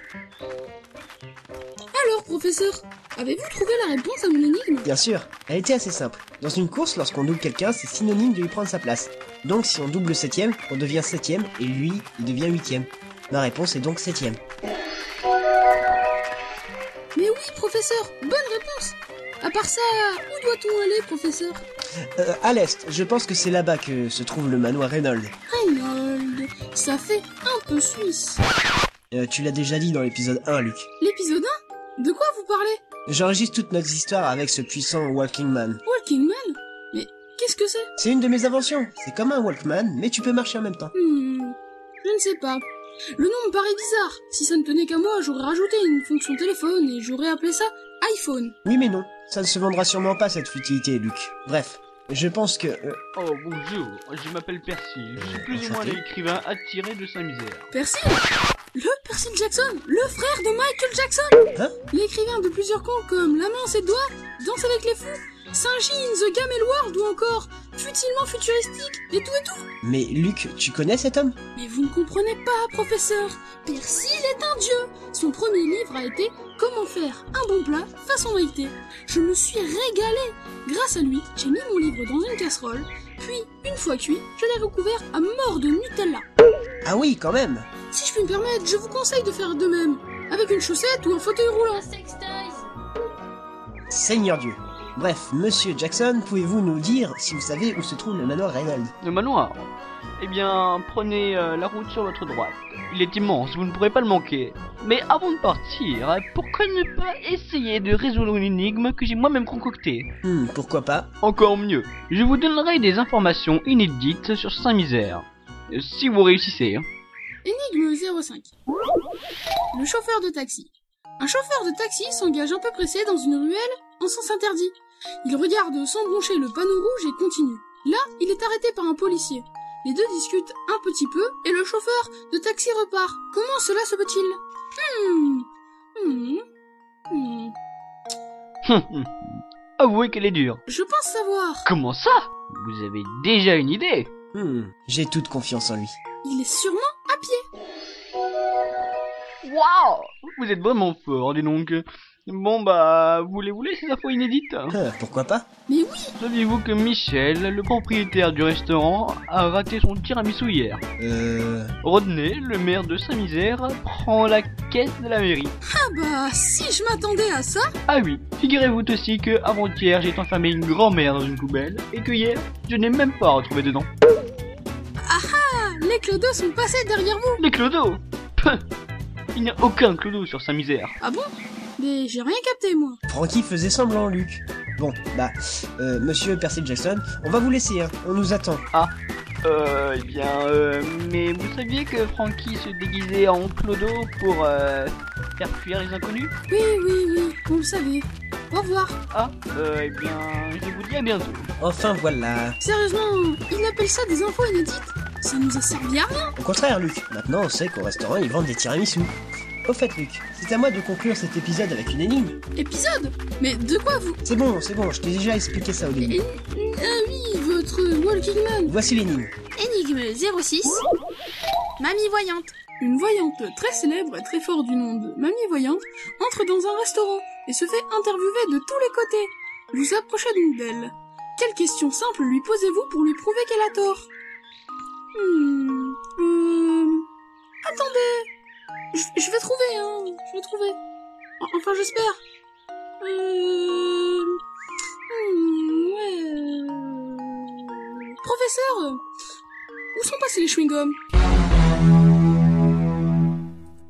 Alors, professeur, avez-vous trouvé la réponse à mon énigme? Bien sûr, elle était assez simple. Dans une course, lorsqu'on double quelqu'un, c'est synonyme de lui prendre sa place. Donc si on double le 7ème, on devient 7ème, et lui, il devient 8ème. Ma réponse est donc 7ème. Mais oui, professeur, bonne réponse. À part ça, où doit-on aller, professeur? À l'est, je pense que c'est là-bas que se trouve le manoir Reynolds. Reynolds, ça fait un peu suisse. Tu l'as déjà dit dans l'épisode 1, Luc. L'épisode 1? De quoi vous parlez? J'enregistre toute notre histoire avec ce puissant Walking Man. Walking Man? Mais qu'est-ce que c'est? C'est une de mes inventions. C'est comme un Walkman, mais tu peux marcher en même temps. Je ne sais pas. Le nom me paraît bizarre. Si ça ne tenait qu'à moi, j'aurais rajouté une fonction téléphone et j'aurais appelé ça iPhone. Oui mais non, ça ne se vendra sûrement pas cette futilité, Luc. Bref, je pense que... Oh bonjour, je m'appelle Percy, je suis plus ou moins l'écrivain attiré de sa misère. Percy? Le Percy Jackson, le frère de Michael Jackson. Hein? L'écrivain de plusieurs contes comme La main en 7 doigts, Danse avec les fous, Saint-Jean in the Gamel World ou encore Futilement futuristique et tout. Mais Luc, tu connais cet homme? Mais vous ne comprenez pas, professeur. Percy est un dieu. Son premier livre a été Comment faire un bon plat façon Maïté. Je me suis régalée. Grâce à lui, j'ai mis mon livre dans une casserole, puis, une fois cuit, je l'ai recouvert à mort de Nutella. Ah oui, quand même. Si je puis me permettre, je vous conseille de faire de même, avec une chaussette ou un fauteuil roulant. Seigneur Dieu. Bref, Monsieur Jackson, pouvez-vous nous dire si vous savez où se trouve le manoir Reynolds? Le manoir? Eh bien, prenez la route sur votre droite. Il est immense, vous ne pourrez pas le manquer. Mais avant de partir, pourquoi ne pas essayer de résoudre une énigme que j'ai moi-même concoctée? Pourquoi pas? Encore mieux, je vous donnerai des informations inédites sur Saint-Misère. Si vous réussissez. Énigme 05. Le chauffeur de taxi. Un chauffeur de taxi s'engage un peu pressé dans une ruelle en sens interdit. Il regarde sans broncher le panneau rouge et continue. Là, il est arrêté par un policier. Les deux discutent un petit peu et le chauffeur de taxi repart. Comment cela se peut-il? Avouez qu'elle est dure. Je pense savoir. Comment ça? Vous avez déjà une idée? J'ai toute confiance en lui. Il est sûrement à pied. Waouh! Vous êtes vraiment fort, dis donc. Bon bah, vous les voulez ces infos inédites? Pourquoi pas? Mais oui! Saviez-vous que Michel, le propriétaire du restaurant, a raté son tiramisu hier? Rodney, le maire de Saint-Misère, prend la caisse de la mairie. Ah bah, si je m'attendais à ça! Ah oui, figurez-vous aussi que avant-hier j'ai enfermé une grand-mère dans une poubelle, et que hier, je n'ai même pas retrouvé dedans. Ah ah! Les clodos sont passés derrière vous! Les clodos? Il n'y a aucun clodo sur Saint-Misère. Ah bon? Mais j'ai rien capté, moi. Frankie faisait semblant, Luc. Bon, bah, monsieur Percy Jackson, on va vous laisser, hein. On nous attend. Ah, mais vous saviez que Frankie se déguisait en clodo pour, faire fuir les inconnus? Oui, vous le savez. Au revoir. Ah, je vous dis à bientôt. Enfin, voilà. Sérieusement, il appelle ça des infos inédites? Ça nous a servi à rien. Au contraire, Luc. Maintenant, on sait qu'au restaurant, ils vendent des tiramisu. Au fait, Luc, c'est à moi de conclure cet épisode avec une énigme. Épisode? Mais de quoi vous? C'est bon, je t'ai déjà expliqué ça au début. Ah oui, votre Walking Man. Voici l'énigme. Énigme 06. Mamie voyante. Une voyante très célèbre et très forte du nom de Mamie voyante entre dans un restaurant et se fait interviewer de tous les côtés. Vous approchez donc d'elle. Quelle question simple lui posez-vous pour lui prouver qu'elle a tort? Attendez. Je vais trouver, hein. Je vais trouver. Enfin, j'espère. Ouais. Professeur, où sont passés les chewing-gums?